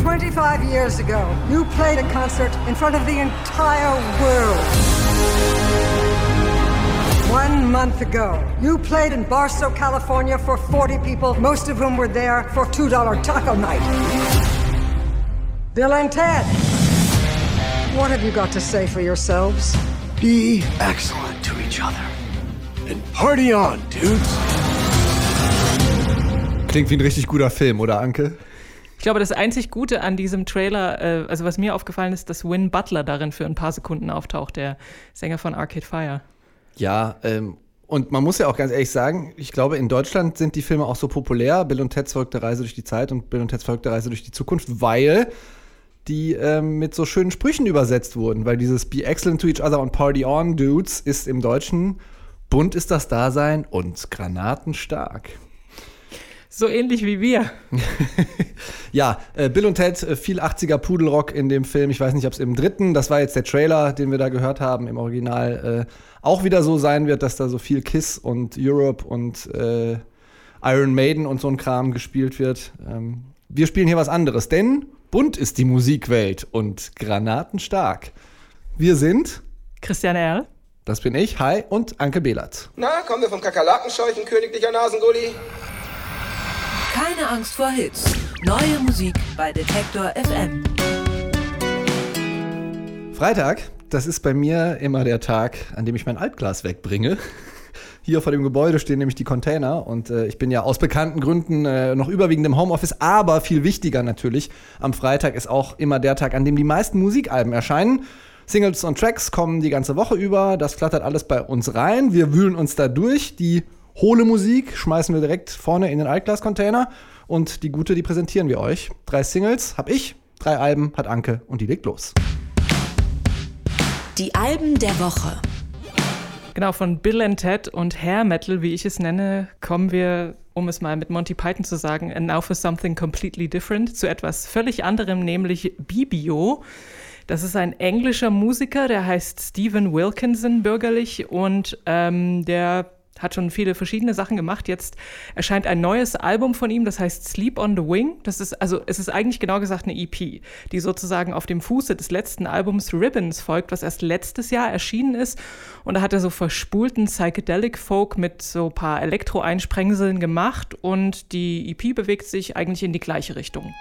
25 years ago, you played a concert in front of the entire world. 1 month ago, you played in Barstow, California for 40 people, most of whom were there for $2 taco night. Bill and Ted, what have you got to say for yourselves? Be excellent to each other. And party on, dudes. Klingt wie ein richtig guter Film, oder Anke? Ich glaube, das einzig Gute an diesem Trailer, also was mir aufgefallen ist, dass Win Butler darin für ein paar Sekunden auftaucht, der Sänger von Arcade Fire. Ja, und man muss ja auch ganz ehrlich sagen, ich glaube, in Deutschland sind die Filme auch so populär, Bill und Ted's verrückte Reise durch die Zeit und Bill und Ted's verrückte Reise durch die Zukunft, weil die mit so schönen Sprüchen übersetzt wurden, weil dieses Be excellent to each other und Party on, Dudes, ist im Deutschen bunt ist das Dasein und granatenstark. So ähnlich wie wir. Ja, Bill und Ted, viel 80er Pudelrock in dem Film. Ich weiß nicht, ob es im dritten, das war jetzt der Trailer, den wir da gehört haben, im Original auch wieder so sein wird, dass da so viel Kiss und Europe und Iron Maiden und so ein Kram gespielt wird. Wir spielen hier was anderes, denn bunt ist die Musikwelt und granatenstark. Wir sind Christian Erl. Das bin ich, hi, und Anke Behlert. Na, kommen wir vom Kakerlakenscheuchen, königlicher Nasengulli? Keine Angst vor Hits. Neue Musik bei Detektor FM. Freitag, das ist bei mir immer der Tag, an dem ich mein Altglas wegbringe. Hier vor dem Gebäude stehen nämlich die Container und ich bin ja aus bekannten Gründen noch überwiegend im Homeoffice, aber viel wichtiger natürlich, am Freitag ist auch immer der Tag, an dem die meisten Musikalben erscheinen. Singles und Tracks kommen die ganze Woche über, das flattert alles bei uns rein, wir wühlen uns da durch, die hohle Musik schmeißen wir direkt vorne in den Altglas-Container und die gute, die präsentieren wir euch. 3 Singles hab ich, 3 Alben hat Anke und die legt los. Die Alben der Woche. Genau, von Bill and Ted und Hair Metal, wie ich es nenne, kommen wir, um es mal mit Monty Python zu sagen, and now for something completely different, zu etwas völlig anderem, nämlich Bibio. Das ist ein englischer Musiker, der heißt Stephen Wilkinson bürgerlich und der hat schon viele verschiedene Sachen gemacht. Jetzt erscheint ein neues Album von ihm, das heißt Sleep on the Wing. Es ist eigentlich genau gesagt eine EP, die sozusagen auf dem Fuße des letzten Albums Ribbons folgt, was erst letztes Jahr erschienen ist. Und da hat er so verspulten Psychedelic Folk mit so ein paar Elektro-Einsprengseln gemacht und die EP bewegt sich eigentlich in die gleiche Richtung.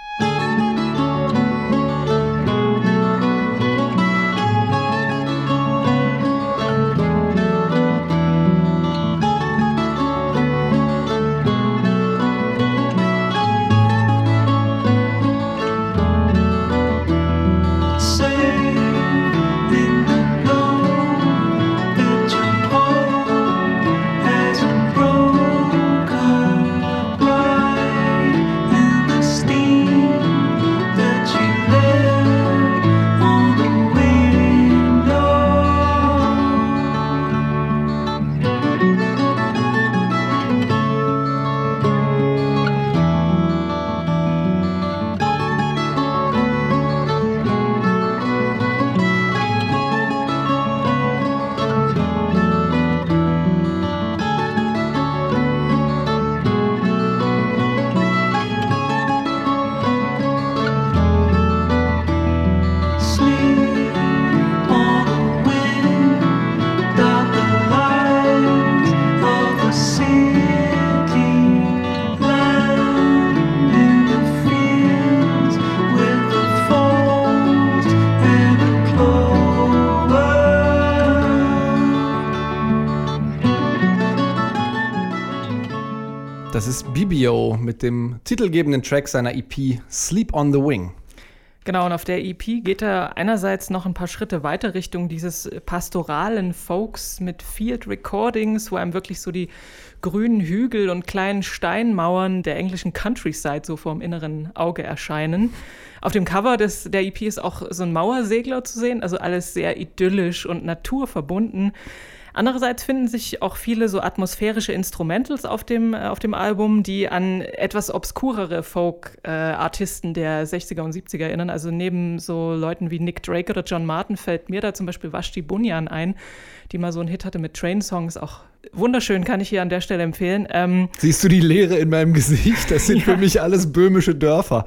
Das ist Bibio mit dem titelgebenden Track seiner EP Sleep on the Wing. Genau, und auf der EP geht er einerseits noch ein paar Schritte weiter Richtung dieses pastoralen Folks mit Field Recordings, wo einem wirklich so die grünen Hügel und kleinen Steinmauern der englischen Countryside so vor dem inneren Auge erscheinen. Auf dem Cover der EP ist auch so ein Mauersegler zu sehen, also alles sehr idyllisch und naturverbunden. Andererseits finden sich auch viele so atmosphärische Instrumentals auf dem Album, die an etwas obskurere Folk-Artisten der 60er und 70er erinnern. Also neben so Leuten wie Nick Drake oder John Martyn fällt mir da zum Beispiel Vashti Bunyan ein, die mal so einen Hit hatte mit Train-Songs. Auch wunderschön, kann ich hier an der Stelle empfehlen. Siehst du die Leere in meinem Gesicht? Das sind für mich alles böhmische Dörfer.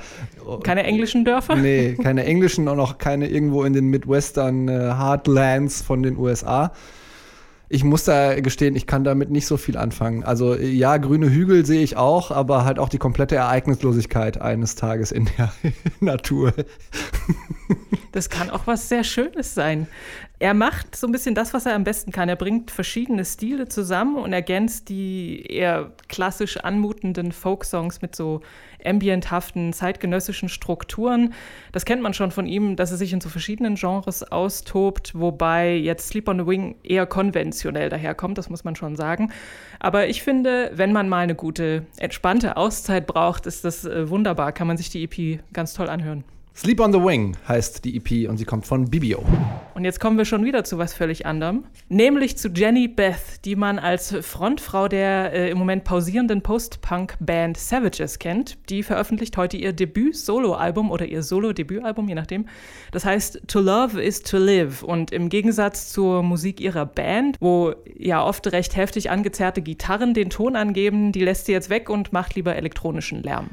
Keine englischen Dörfer? Nee, keine englischen und auch keine irgendwo in den Midwestern Heartlands von den USA. Ich muss da gestehen, ich kann damit nicht so viel anfangen. Also ja, grüne Hügel sehe ich auch, aber halt auch die komplette Ereignislosigkeit eines Tages in der Natur. Das kann auch was sehr Schönes sein. Er macht so ein bisschen das, was er am besten kann. Er bringt verschiedene Stile zusammen und ergänzt die eher klassisch anmutenden Folksongs mit so ambienthaften, zeitgenössischen Strukturen. Das kennt man schon von ihm, dass er sich in so verschiedenen Genres austobt, wobei jetzt Sleep on the Wing eher konventionell daherkommt, das muss man schon sagen. Aber ich finde, wenn man mal eine gute, entspannte Auszeit braucht, ist das wunderbar, kann man sich die EP ganz toll anhören. Sleep on the Wing heißt die EP und sie kommt von Bibio. Und jetzt kommen wir schon wieder zu was völlig anderem, nämlich zu Jenny Beth, die man als Frontfrau der im Moment pausierenden Post-Punk-Band Savages kennt. Die veröffentlicht heute ihr Debüt-Solo-Album oder ihr Solo-Debütalbum, je nachdem. Das heißt To Love is to Live. Und im Gegensatz zur Musik ihrer Band, wo ja oft recht heftig angezerrte Gitarren den Ton angeben, die lässt sie jetzt weg und macht lieber elektronischen Lärm.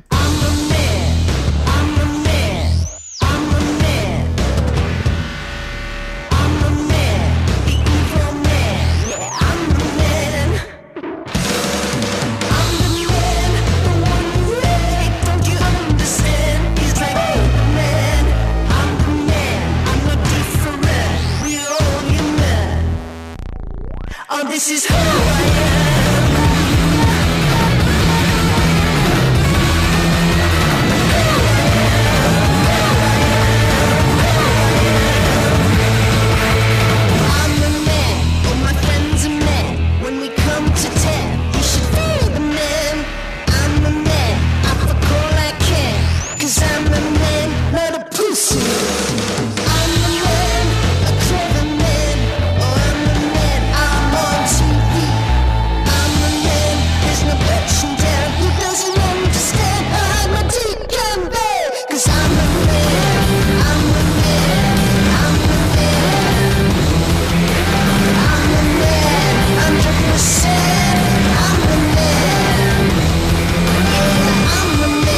This is who I am. I'm the man, all my friends are men. When we come to 10, you should feel the man. I'm the man, I fuck all I can. 'Cause I'm the man, not a pussy. I'm the man, a clever man. Oh, I'm the man, I'm on TV. I'm the man, there's no punching down. Who doesn't understand? I hide my deep gun bed. 'Cause I'm the man, I'm the man, I'm the man. I'm the man, 100%. I'm the man, yeah, I'm the man.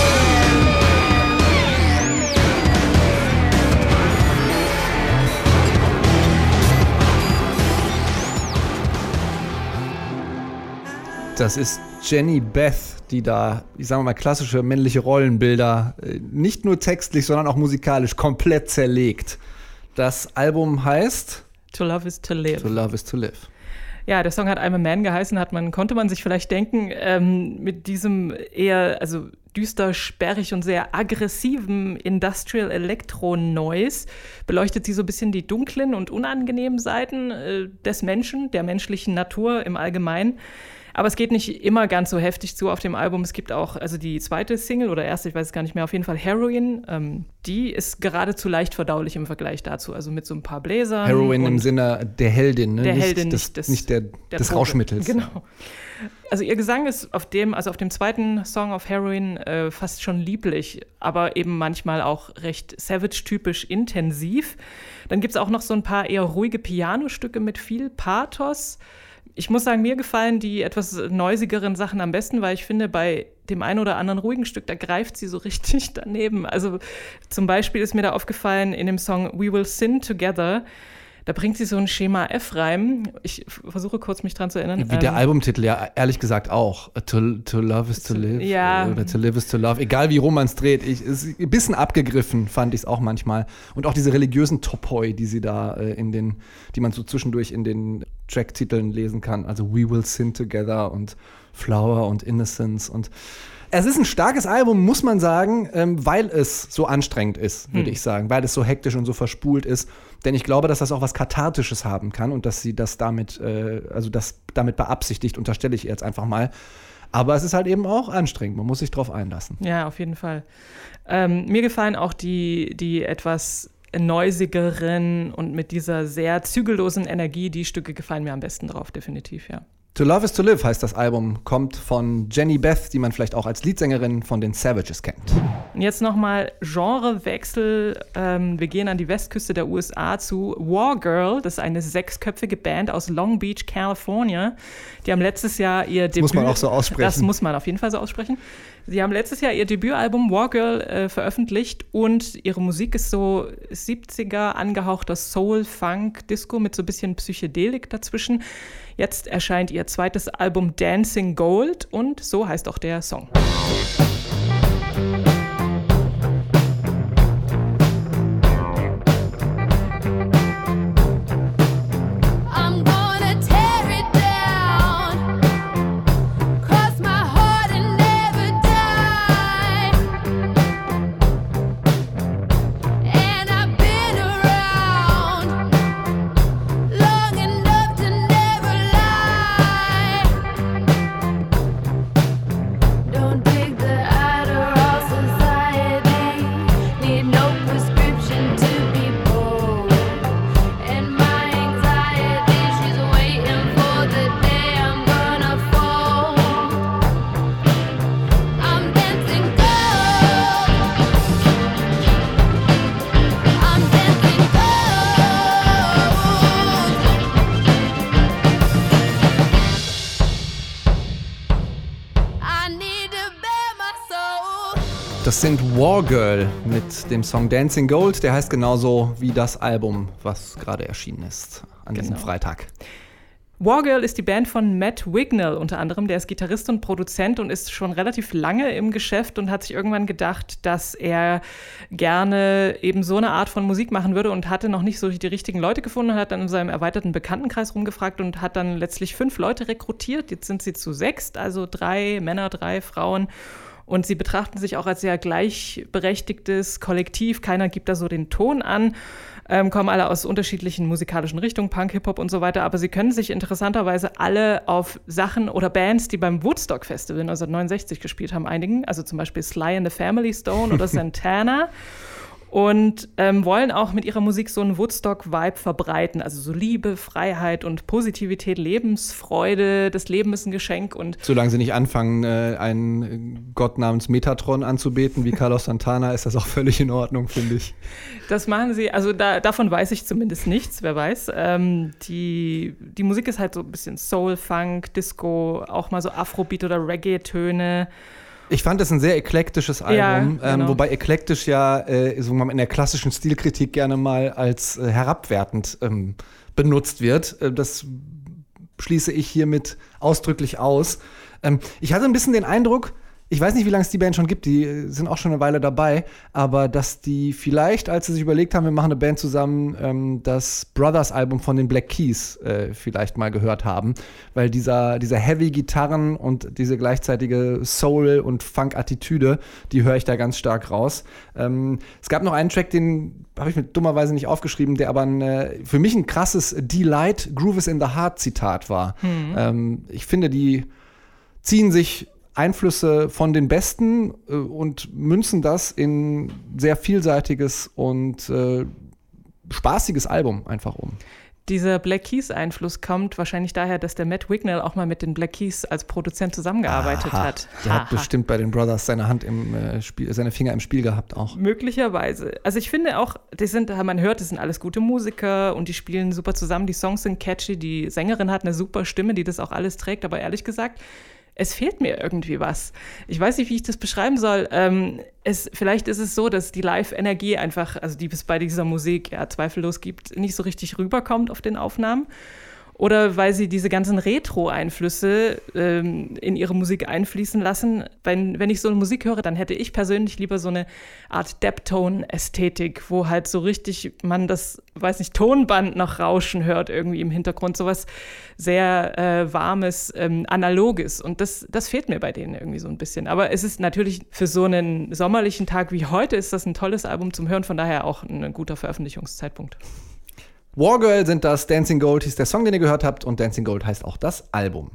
Das ist Jenny Beth, die da, ich sage mal, klassische männliche Rollenbilder nicht nur textlich, sondern auch musikalisch komplett zerlegt. Das Album heißt To Love is to Live. To Love is to Live. Ja, der Song hat I'm a Man geheißen, konnte man sich vielleicht denken, mit diesem eher, also düster, sperrig und sehr aggressiven Industrial Electro Noise beleuchtet sie so ein bisschen die dunklen und unangenehmen Seiten des Menschen, der menschlichen Natur im Allgemeinen. Aber es geht nicht immer ganz so heftig zu auf dem Album. Es gibt auch, also die zweite Single oder erste, ich weiß es gar nicht mehr, auf jeden Fall Heroin. Die ist geradezu leicht verdaulich im Vergleich dazu. Also mit so ein paar Bläsern. Heroin im Sinne der Heldin, ne? Der nicht Heldin, nicht des Rauschmittels. Genau. Also ihr Gesang ist auf dem zweiten Song auf Heroin fast schon lieblich, aber eben manchmal auch recht Savage-typisch intensiv. Dann gibt es auch noch so ein paar eher ruhige Pianostücke mit viel Pathos. Ich muss sagen, mir gefallen die etwas noisigeren Sachen am besten, weil ich finde, bei dem einen oder anderen ruhigen Stück, da greift sie so richtig daneben. Also zum Beispiel ist mir da aufgefallen in dem Song We Will Sin Together, da bringt sie so ein Schema F-Reim. Ich versuche kurz mich dran zu erinnern. Wie der Albumtitel ja ehrlich gesagt auch. To love is to live. Ja. Oder to live is to love. Egal wie rum man es dreht. Ist ein bisschen abgegriffen, fand ich es auch manchmal. Und auch diese religiösen Topoi, die sie da die man so zwischendurch in den Tracktiteln lesen kann. Also We Will Sin Together und Flower und Innocence und es ist ein starkes Album, muss man sagen, weil es so anstrengend ist, würde ich sagen. Weil es so hektisch und so verspult ist. Denn ich glaube, dass das auch was Kathartisches haben kann und dass sie das damit beabsichtigt, unterstelle ich jetzt einfach mal. Aber es ist halt eben auch anstrengend. Man muss sich drauf einlassen. Ja, auf jeden Fall. Mir gefallen auch die etwas neusigeren und mit dieser sehr zügellosen Energie, die Stücke gefallen mir am besten drauf, definitiv, ja. To Love is to Live heißt das Album, kommt von Jenny Beth, die man vielleicht auch als Leadsängerin von den Savages kennt. Und jetzt nochmal Genrewechsel. Wir gehen an die Westküste der USA zu War Girl. Das ist eine 6-köpfige Band aus Long Beach, California. Die haben letztes Jahr ihr Debüt... Das muss man auch so aussprechen. Das muss man auf jeden Fall so aussprechen. Sie haben letztes Jahr ihr Debütalbum Wargirl veröffentlicht und ihre Musik ist so 70er angehauchter Soul, Funk, Disco mit so ein bisschen Psychedelik dazwischen. Jetzt erscheint ihr zweites Album Dancing Gold und so heißt auch der Song. Das sind Wargirl mit dem Song Dancing Gold. Der heißt genauso wie das Album, was gerade erschienen ist an diesem Freitag. Wargirl ist die Band von Matt Wignall unter anderem. Der ist Gitarrist und Produzent und ist schon relativ lange im Geschäft und hat sich irgendwann gedacht, dass er gerne eben so eine Art von Musik machen würde und hatte noch nicht so die richtigen Leute gefunden, hat dann in seinem erweiterten Bekanntenkreis rumgefragt und hat dann letztlich 5 Leute rekrutiert. Jetzt sind sie zu 6, also 3 Männer, 3 Frauen. Und sie betrachten sich auch als sehr gleichberechtigtes Kollektiv. Keiner gibt da so den Ton an, kommen alle aus unterschiedlichen musikalischen Richtungen, Punk, Hip-Hop und so weiter. Aber sie können sich interessanterweise alle auf Sachen oder Bands, die beim Woodstock Festival 1969 gespielt haben, einigen. Also zum Beispiel Sly and the Family Stone oder Santana. Und wollen auch mit ihrer Musik so einen Woodstock-Vibe verbreiten. Also so Liebe, Freiheit und Positivität, Lebensfreude, das Leben ist ein Geschenk. Und solange sie nicht anfangen, einen Gott namens Metatron anzubeten, wie Carlos Santana, ist das auch völlig in Ordnung, finde ich. Das machen sie, also davon weiß ich zumindest nichts, wer weiß. Die Musik ist halt so ein bisschen Soul, Funk, Disco, auch mal so Afrobeat oder Reggae-Töne. Ich fand es ein sehr eklektisches Album, Ja, genau. Wobei eklektisch ja so in der klassischen Stilkritik gerne mal als herabwertend benutzt wird. Das schließe ich hiermit ausdrücklich aus. Ich hatte ein bisschen den Eindruck, ich weiß nicht, wie lange es die Band schon gibt, die sind auch schon eine Weile dabei, aber dass die vielleicht, als sie sich überlegt haben, wir machen eine Band zusammen, das Brothers-Album von den Black Keys vielleicht mal gehört haben, weil dieser Heavy-Gitarren und diese gleichzeitige Soul- und Funk-Attitüde, die höre ich da ganz stark raus. Es gab noch einen Track, den habe ich mir dummerweise nicht aufgeschrieben, der aber für mich ein krasses Delight, Groove is in the Heart Zitat war. Ich finde, die ziehen sich Einflüsse von den Besten und münzen das in sehr vielseitiges und spaßiges Album einfach um. Dieser Black Keys-Einfluss kommt wahrscheinlich daher, dass der Matt Wignall auch mal mit den Black Keys als Produzent zusammengearbeitet hat. Der hat bestimmt bei den Brothers seine Finger im Spiel gehabt auch. Möglicherweise. Also ich finde auch, man hört, das sind alles gute Musiker und die spielen super zusammen. Die Songs sind catchy, die Sängerin hat eine super Stimme, die das auch alles trägt. Aber ehrlich gesagt, es fehlt mir irgendwie was. Ich weiß nicht, wie ich das beschreiben soll. Vielleicht ist es so, dass die Live-Energie einfach, also die es bei dieser Musik ja zweifellos gibt, nicht so richtig rüberkommt auf den Aufnahmen. Oder weil sie diese ganzen Retro-Einflüsse in ihre Musik einfließen lassen. Wenn ich so eine Musik höre, dann hätte ich persönlich lieber so eine Art Deptone-Ästhetik, wo halt so richtig man das, Tonband noch rauschen hört irgendwie im Hintergrund. Sowas sehr Warmes, Analoges. Und das fehlt mir bei denen irgendwie so ein bisschen. Aber es ist natürlich für so einen sommerlichen Tag wie heute ist das ein tolles Album zum Hören. Von daher auch ein guter Veröffentlichungszeitpunkt. Wargirl sind das, Dancing Gold hieß der Song, den ihr gehört habt, und Dancing Gold heißt auch das Album.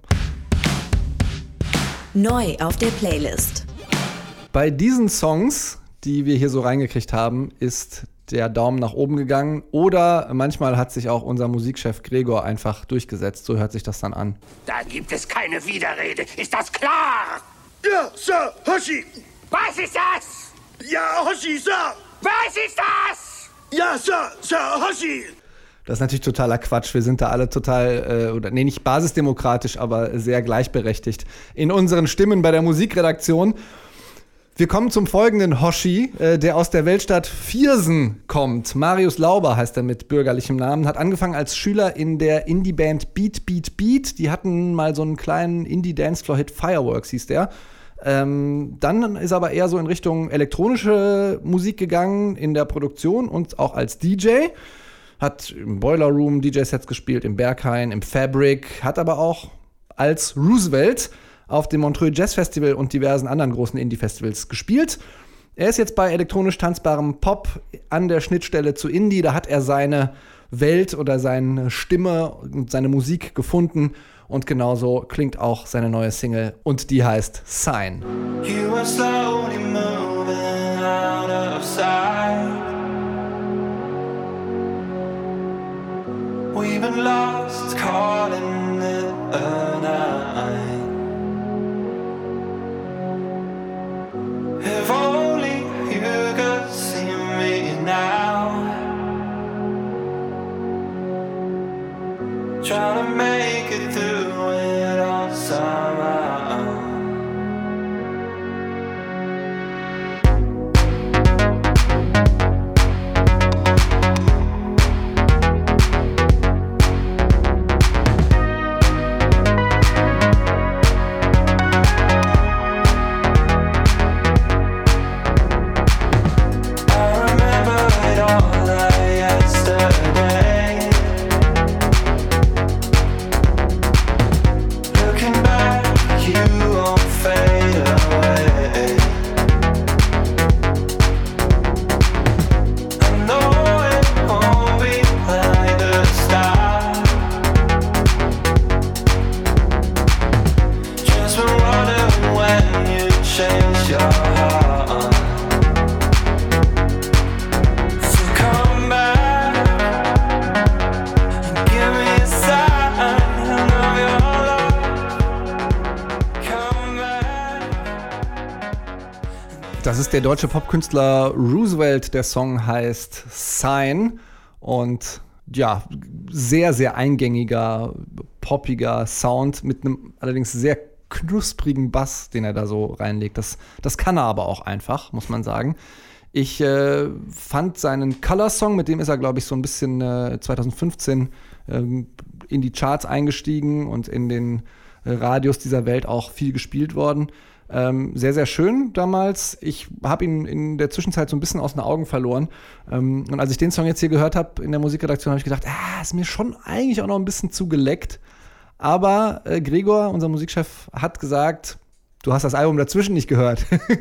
Neu auf der Playlist. Bei diesen Songs, die wir hier so reingekriegt haben, ist der Daumen nach oben gegangen oder manchmal hat sich auch unser Musikchef Gregor einfach durchgesetzt. So hört sich das dann an. Da gibt es keine Widerrede. Ist das klar? Ja, Sir, Hoshi! Was ist das? Ja, Hoshi, Sir! Was ist das? Ja, Sir, Hoshi! Das ist natürlich totaler Quatsch. Wir sind da alle total, nicht basisdemokratisch, aber sehr gleichberechtigt in unseren Stimmen bei der Musikredaktion. Wir kommen zum folgenden Hoshi, der aus der Weltstadt Viersen kommt. Marius Lauber heißt er mit bürgerlichem Namen. Hat angefangen als Schüler in der Indie-Band Beat Beat Beat. Die hatten mal so einen kleinen Indie-Dancefloor-Hit, Fireworks hieß der. Dann ist er aber eher so in Richtung elektronische Musik gegangen in der Produktion und auch als DJ. Hat im Boiler Room DJ-Sets gespielt, im Berghain, im Fabric. Hat aber auch als Roosevelt auf dem Montreux Jazz Festival und diversen anderen großen Indie-Festivals gespielt. Er ist jetzt bei elektronisch tanzbarem Pop an der Schnittstelle zu Indie. Da hat er seine Welt oder seine Stimme und seine Musik gefunden. Und genauso klingt auch seine neue Single. Und die heißt Sign. You are slowly moving out of sight. We've been lost, calling it a night. If only you could see me now, trying to make it through it all somehow. Das ist der deutsche Popkünstler Roosevelt. Der Song heißt Sign. Und ja, sehr, sehr eingängiger, poppiger Sound mit einem allerdings sehr knusprigen Bass, den er da so reinlegt. Das kann er aber auch einfach, muss man sagen. Ich fand seinen Color-Song, mit dem ist er, glaube ich, so ein bisschen 2015 in die Charts eingestiegen und in den Radios dieser Welt auch viel gespielt worden. Sehr, sehr schön damals. Ich habe ihn in der Zwischenzeit so ein bisschen aus den Augen verloren. Und als ich den Song jetzt hier gehört habe in der Musikredaktion, habe ich gedacht, ist mir schon eigentlich auch noch ein bisschen zu geleckt. Aber Gregor, unser Musikchef, hat gesagt, du hast das Album dazwischen nicht gehört.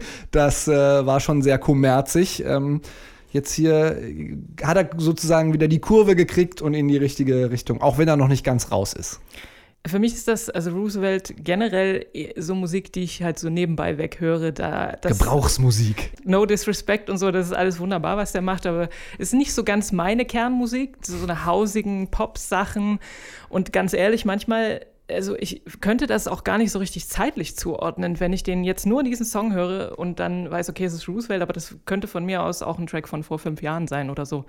Das war schon sehr kommerzig. Jetzt hier hat er sozusagen wieder die Kurve gekriegt und in die richtige Richtung, auch wenn er noch nicht ganz raus ist. Für mich ist das, also Roosevelt generell so Musik, die ich halt so nebenbei weghöre. Gebrauchsmusik. No Disrespect und so, das ist alles wunderbar, was der macht, aber es ist nicht so ganz meine Kernmusik, so eine hausigen Pop-Sachen. Und ganz ehrlich, manchmal, also ich könnte das auch gar nicht so richtig zeitlich zuordnen, wenn ich den jetzt nur diesen Song höre und dann weiß, okay, es ist Roosevelt, aber das könnte von mir aus auch ein Track von vor 5 Jahren sein oder so.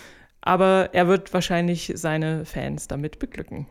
Aber er wird wahrscheinlich seine Fans damit beglücken.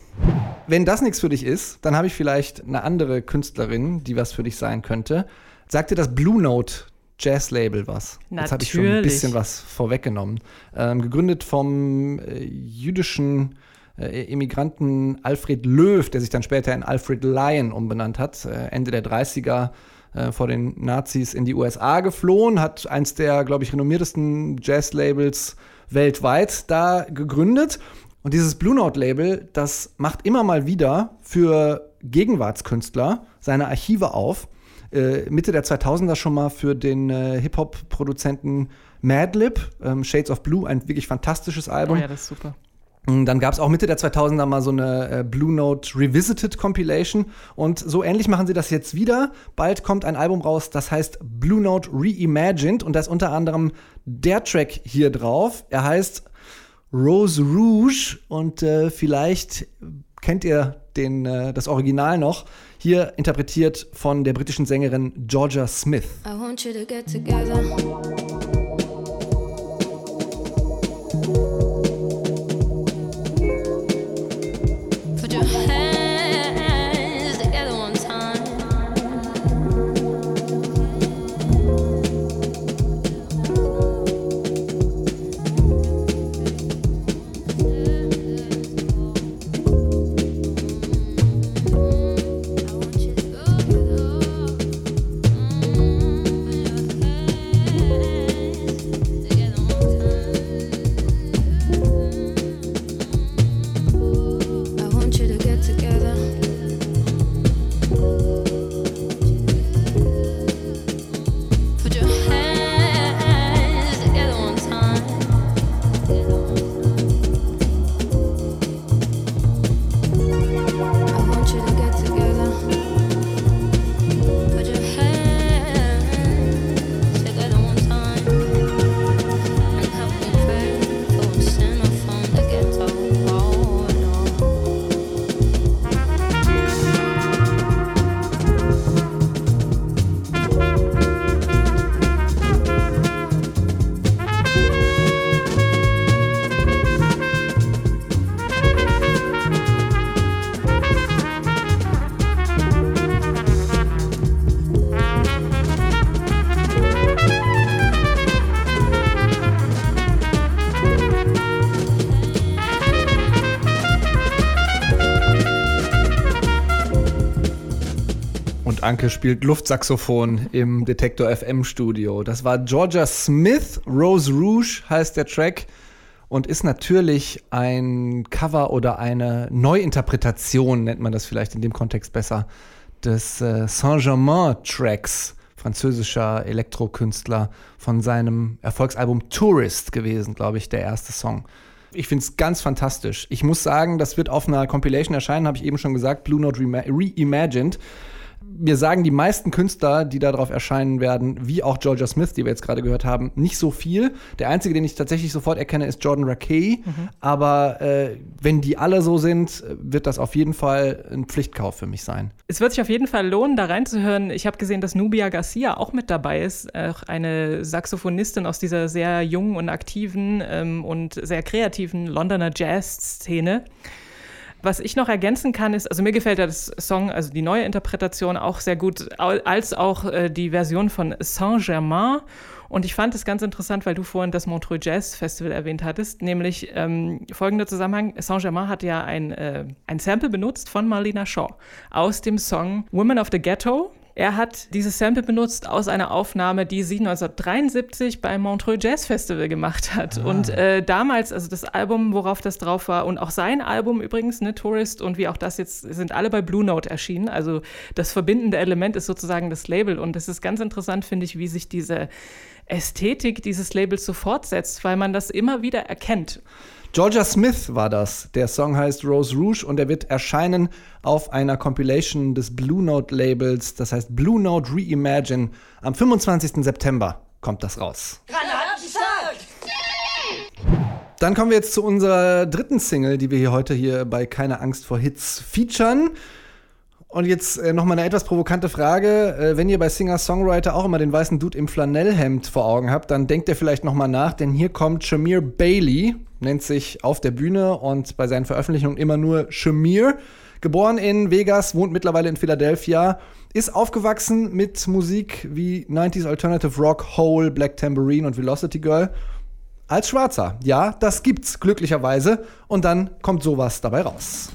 Wenn das nichts für dich ist, dann habe ich vielleicht eine andere Künstlerin, die was für dich sein könnte. Sagt dir das Blue Note Jazz-Label was? Natürlich. Jetzt habe ich schon ein bisschen was vorweggenommen. Gegründet vom jüdischen Immigranten Alfred Löw, der sich dann später in Alfred Lion umbenannt hat, Ende der 30er vor den Nazis in die USA geflohen, hat eins der, glaube ich, renommiertesten Jazz-Labels weltweit da gegründet. Und dieses Blue Note Label, das macht immer mal wieder für Gegenwartskünstler seine Archive auf. Mitte der 2000er schon mal für den Hip-Hop-Produzenten Madlib, Shades of Blue, ein wirklich fantastisches Album. Oh ja, das ist super. Dann gab es auch Mitte der 2000er mal so eine Blue Note Revisited Compilation. Und so ähnlich machen sie das jetzt wieder. Bald kommt ein Album raus, das heißt Blue Note Reimagined. Und da ist unter anderem der Track hier drauf. Er heißt Rose Rouge und vielleicht kennt ihr das Original noch. Hier interpretiert von der britischen Sängerin Georgia Smith. I want you to get together. Put your hands together one time. Anke spielt Luftsaxophon im Detektor FM Studio. Das war Georgia Smith, Rose Rouge heißt der Track und ist natürlich ein Cover oder eine Neuinterpretation, nennt man das vielleicht in dem Kontext besser, des Saint-Germain-Tracks, französischer Elektrokünstler, von seinem Erfolgsalbum Tourist gewesen, glaube ich, der erste Song. Ich finde es ganz fantastisch. Ich muss sagen, das wird auf einer Compilation erscheinen, habe ich eben schon gesagt, Blue Note Reimagined. Mir sagen die meisten Künstler, die darauf erscheinen werden, wie auch Georgia Smith, die wir jetzt gerade gehört haben, nicht so viel. Der einzige, den ich tatsächlich sofort erkenne, ist Jordan Rakei. Aber wenn die alle so sind, wird das auf jeden Fall ein Pflichtkauf für mich sein. Es wird sich auf jeden Fall lohnen, da reinzuhören. Ich habe gesehen, dass Nubia Garcia auch mit dabei ist. Eine Saxophonistin aus dieser sehr jungen und aktiven und sehr kreativen Londoner Jazz-Szene. Was ich noch ergänzen kann, ist, also mir gefällt ja das Song, also die neue Interpretation auch sehr gut, als auch die Version von Saint-Germain. Und ich fand es ganz interessant, weil du vorhin das Montreux Jazz Festival erwähnt hattest, nämlich folgender Zusammenhang. Saint-Germain hat ja ein Sample benutzt von Marlena Shaw aus dem Song Women of the Ghetto. Er hat dieses Sample benutzt aus einer Aufnahme, die sie 1973 beim Montreux Jazz Festival gemacht hat. Und damals, also das Album, worauf das drauf war, und auch sein Album übrigens, ne, Tourist und wie auch das jetzt, sind alle bei Blue Note erschienen. Also das verbindende Element ist sozusagen das Label. Und es ist ganz interessant, finde ich, wie sich diese Ästhetik dieses Labels so fortsetzt, weil man das immer wieder erkennt. Georgia Smith war das. Der Song heißt Rose Rouge und er wird erscheinen auf einer Compilation des Blue Note Labels. Das heißt Blue Note Reimagine. Am 25. September kommt das raus. Dann kommen wir jetzt zu unserer dritten Single, die wir heute hier bei Keine Angst vor Hits featuren. Und jetzt nochmal eine etwas provokante Frage. Wenn ihr bei Singer-Songwriter auch immer den weißen Dude im Flanellhemd vor Augen habt, dann denkt ihr vielleicht nochmal nach, denn hier kommt Shamir Bailey, nennt sich auf der Bühne und bei seinen Veröffentlichungen immer nur Shamir. Geboren in Vegas, wohnt mittlerweile in Philadelphia, ist aufgewachsen mit Musik wie 90s Alternative Rock, Hole, Black Tambourine und Velocity Girl. Als Schwarzer. Ja, das gibt's glücklicherweise. Und dann kommt sowas dabei raus.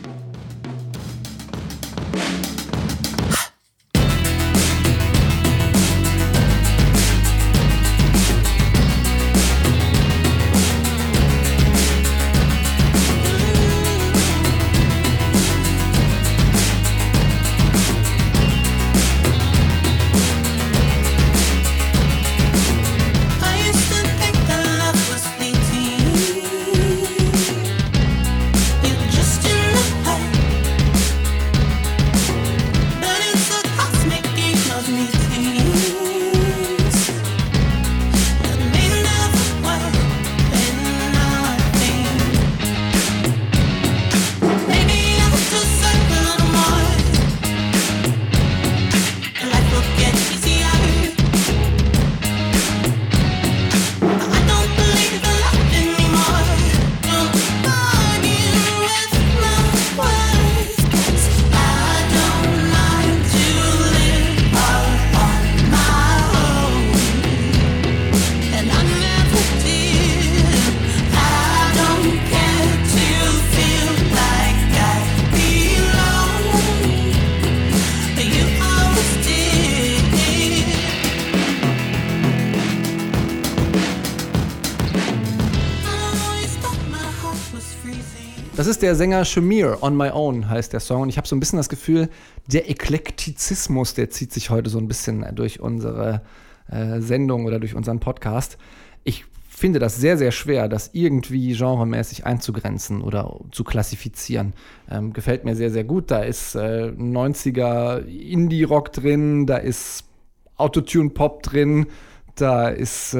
Das ist der Sänger Shamir, On My Own heißt der Song. Und ich habe so ein bisschen das Gefühl, der Eklektizismus, der zieht sich heute so ein bisschen durch unsere Sendung oder durch unseren Podcast. Ich finde das sehr, sehr schwer, das irgendwie genremäßig einzugrenzen oder zu klassifizieren. Gefällt mir sehr, sehr gut. Da ist 90er Indie-Rock drin, da ist Autotune-Pop drin, da ist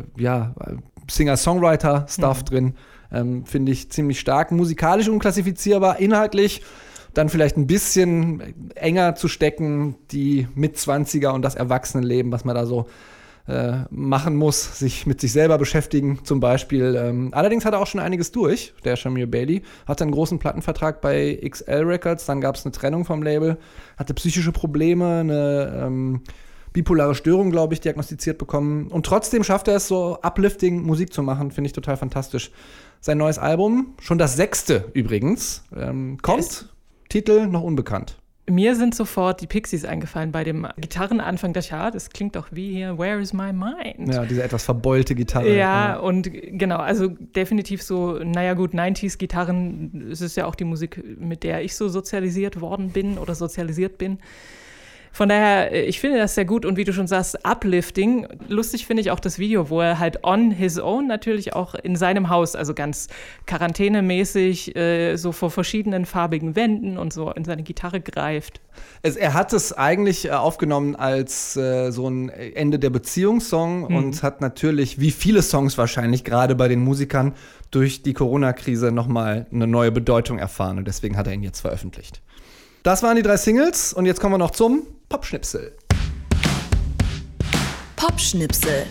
Singer-Songwriter-Stuff drin. Finde ich ziemlich stark. Musikalisch unklassifizierbar, inhaltlich dann vielleicht ein bisschen enger zu stecken, die Mitzwanziger und das Erwachsenenleben, was man da so machen muss, sich mit sich selber beschäftigen zum Beispiel. Allerdings hat er auch schon einiges durch, der Shamir Bailey. Hatte einen großen Plattenvertrag bei XL Records, dann gab es eine Trennung vom Label, hatte psychische Probleme, eine bipolare Störung, glaube ich, diagnostiziert bekommen. Und trotzdem schafft er es, so uplifting Musik zu machen, finde ich total fantastisch. Sein neues Album, schon das 6. übrigens, kommt, Titel noch unbekannt. Mir sind sofort die Pixies eingefallen bei dem Gitarrenanfang. Das klingt doch wie hier Where is my mind? Ja, diese etwas verbeulte Gitarre. Ja, und genau, also definitiv so, 90s-Gitarren, es ist ja auch die Musik, mit der ich so sozialisiert worden bin oder sozialisiert bin. Von daher, ich finde das sehr gut und wie du schon sagst, uplifting. Lustig finde ich auch das Video, wo er halt on his own natürlich auch in seinem Haus, also ganz quarantänemäßig, so vor verschiedenen farbigen Wänden und so in seine Gitarre greift. Er hat es eigentlich aufgenommen als so ein Ende der Beziehungssong und hat natürlich, wie viele Songs wahrscheinlich, gerade bei den Musikern, durch die Corona-Krise nochmal eine neue Bedeutung erfahren und deswegen hat er ihn jetzt veröffentlicht. Das waren die 3 Singles und jetzt kommen wir noch zum Popschnipsel. Popschnipsel.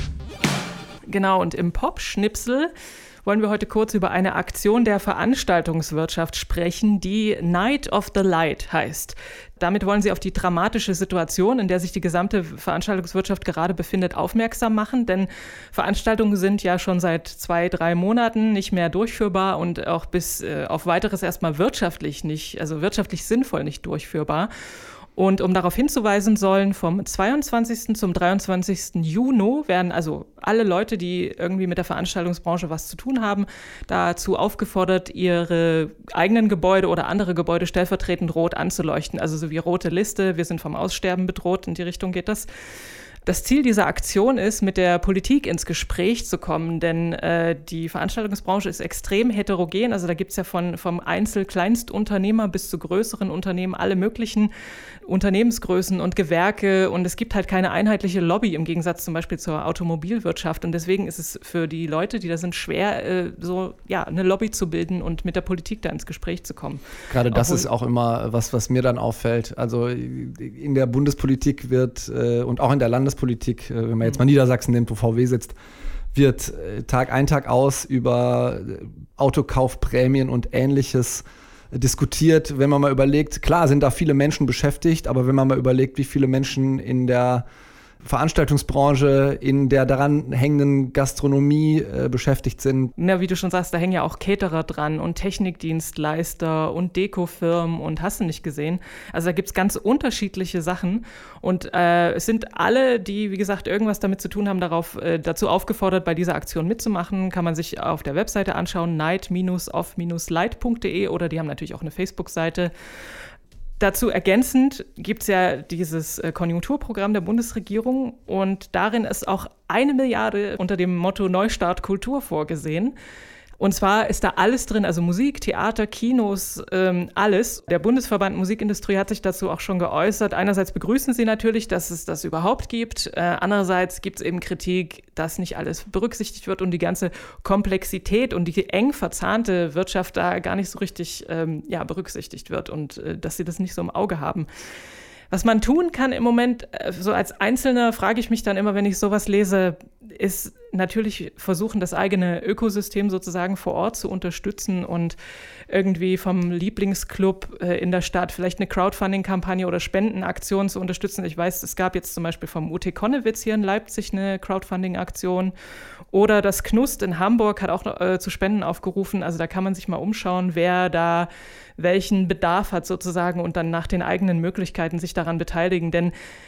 Genau, und im Popschnipsel wollen wir heute kurz über eine Aktion der Veranstaltungswirtschaft sprechen, die Night of the Light heißt. Damit wollen sie auf die dramatische Situation, in der sich die gesamte Veranstaltungswirtschaft gerade befindet, aufmerksam machen. Denn Veranstaltungen sind ja schon seit 2-3 Monaten nicht mehr durchführbar und auch bis auf weiteres erstmal wirtschaftlich sinnvoll nicht durchführbar. Und um darauf hinzuweisen, sollen vom 22. zum 23. Juni werden also alle Leute, die irgendwie mit der Veranstaltungsbranche was zu tun haben, dazu aufgefordert, ihre eigenen Gebäude oder andere Gebäude stellvertretend rot anzuleuchten. Also so wie rote Liste, wir sind vom Aussterben bedroht, in die Richtung geht das. Das Ziel dieser Aktion ist, mit der Politik ins Gespräch zu kommen, denn die Veranstaltungsbranche ist extrem heterogen. Also da gibt es ja vom Einzel-Kleinstunternehmer bis zu größeren Unternehmen alle möglichen Unternehmensgrößen und Gewerke. Und es gibt halt keine einheitliche Lobby im Gegensatz zum Beispiel zur Automobilwirtschaft. Und deswegen ist es für die Leute, die da sind, schwer, eine Lobby zu bilden und mit der Politik da ins Gespräch zu kommen. Gerade das ist auch immer was mir dann auffällt. Also in der Bundespolitik wird und auch in der Landespolitik, wenn man jetzt mal Niedersachsen nimmt, wo VW sitzt, wird Tag ein, Tag aus über Autokaufprämien und Ähnliches diskutiert. Wenn man mal überlegt, klar sind da viele Menschen beschäftigt, aber wenn man mal überlegt, wie viele Menschen in der Veranstaltungsbranche, in der daran hängenden Gastronomie beschäftigt sind. Na, wie du schon sagst, da hängen ja auch Caterer dran und Technikdienstleister und Dekofirmen und hast du nicht gesehen. Also da gibt es ganz unterschiedliche Sachen und es sind alle, die, wie gesagt, irgendwas damit zu tun haben, dazu aufgefordert, bei dieser Aktion mitzumachen. Kann man sich auf der Webseite anschauen, night-of-light.de, oder die haben natürlich auch eine Facebook-Seite. Dazu ergänzend gibt es ja dieses Konjunkturprogramm der Bundesregierung und darin ist auch 1 Milliarde unter dem Motto Neustart Kultur vorgesehen. Und zwar ist da alles drin, also Musik, Theater, Kinos, alles. Der Bundesverband Musikindustrie hat sich dazu auch schon geäußert. Einerseits begrüßen sie natürlich, dass es das überhaupt gibt. Andererseits gibt es eben Kritik, dass nicht alles berücksichtigt wird und die ganze Komplexität und die eng verzahnte Wirtschaft da gar nicht so richtig berücksichtigt wird und dass sie das nicht so im Auge haben. Was man tun kann im Moment, so als Einzelner frage ich mich dann immer, wenn ich sowas lese, ist natürlich versuchen, das eigene Ökosystem sozusagen vor Ort zu unterstützen und irgendwie vom Lieblingsclub in der Stadt vielleicht eine Crowdfunding-Kampagne oder Spendenaktion zu unterstützen. Ich weiß, es gab jetzt zum Beispiel vom UT Konnewitz hier in Leipzig eine Crowdfunding-Aktion oder das Knust in Hamburg hat auch zu Spenden aufgerufen. Also da kann man sich mal umschauen, wer da welchen Bedarf hat sozusagen und dann nach den eigenen Möglichkeiten sich daran beteiligen. Denn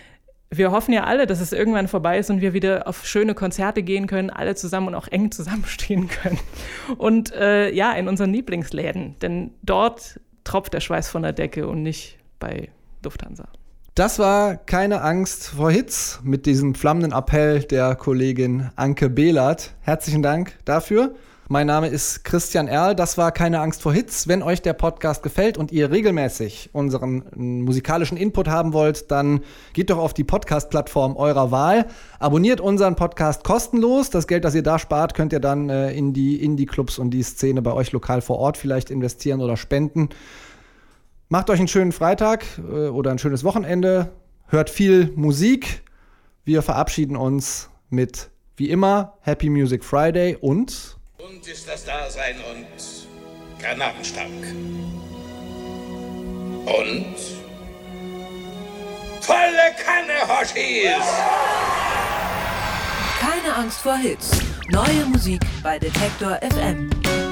wir hoffen ja alle, dass es irgendwann vorbei ist und wir wieder auf schöne Konzerte gehen können, alle zusammen und auch eng zusammenstehen können. Und in unseren Lieblingsläden, denn dort tropft der Schweiß von der Decke und nicht bei Lufthansa. Das war Keine Angst vor Hits mit diesem flammenden Appell der Kollegin Anke Behlert. Herzlichen Dank dafür. Mein Name ist Christian Erl, das war Keine Angst vor Hits. Wenn euch der Podcast gefällt und ihr regelmäßig unseren musikalischen Input haben wollt, dann geht doch auf die Podcast-Plattform eurer Wahl. Abonniert unseren Podcast kostenlos. Das Geld, das ihr da spart, könnt ihr dann in die Indie-Clubs und die Szene bei euch lokal vor Ort vielleicht investieren oder spenden. Macht euch einen schönen Freitag oder ein schönes Wochenende. Hört viel Musik. Wir verabschieden uns mit, wie immer, Happy Music Friday und ist das Dasein und Granatenstank. Und volle Kanne, Hoshis! Keine Angst vor Hits. Neue Musik bei Detektor FM.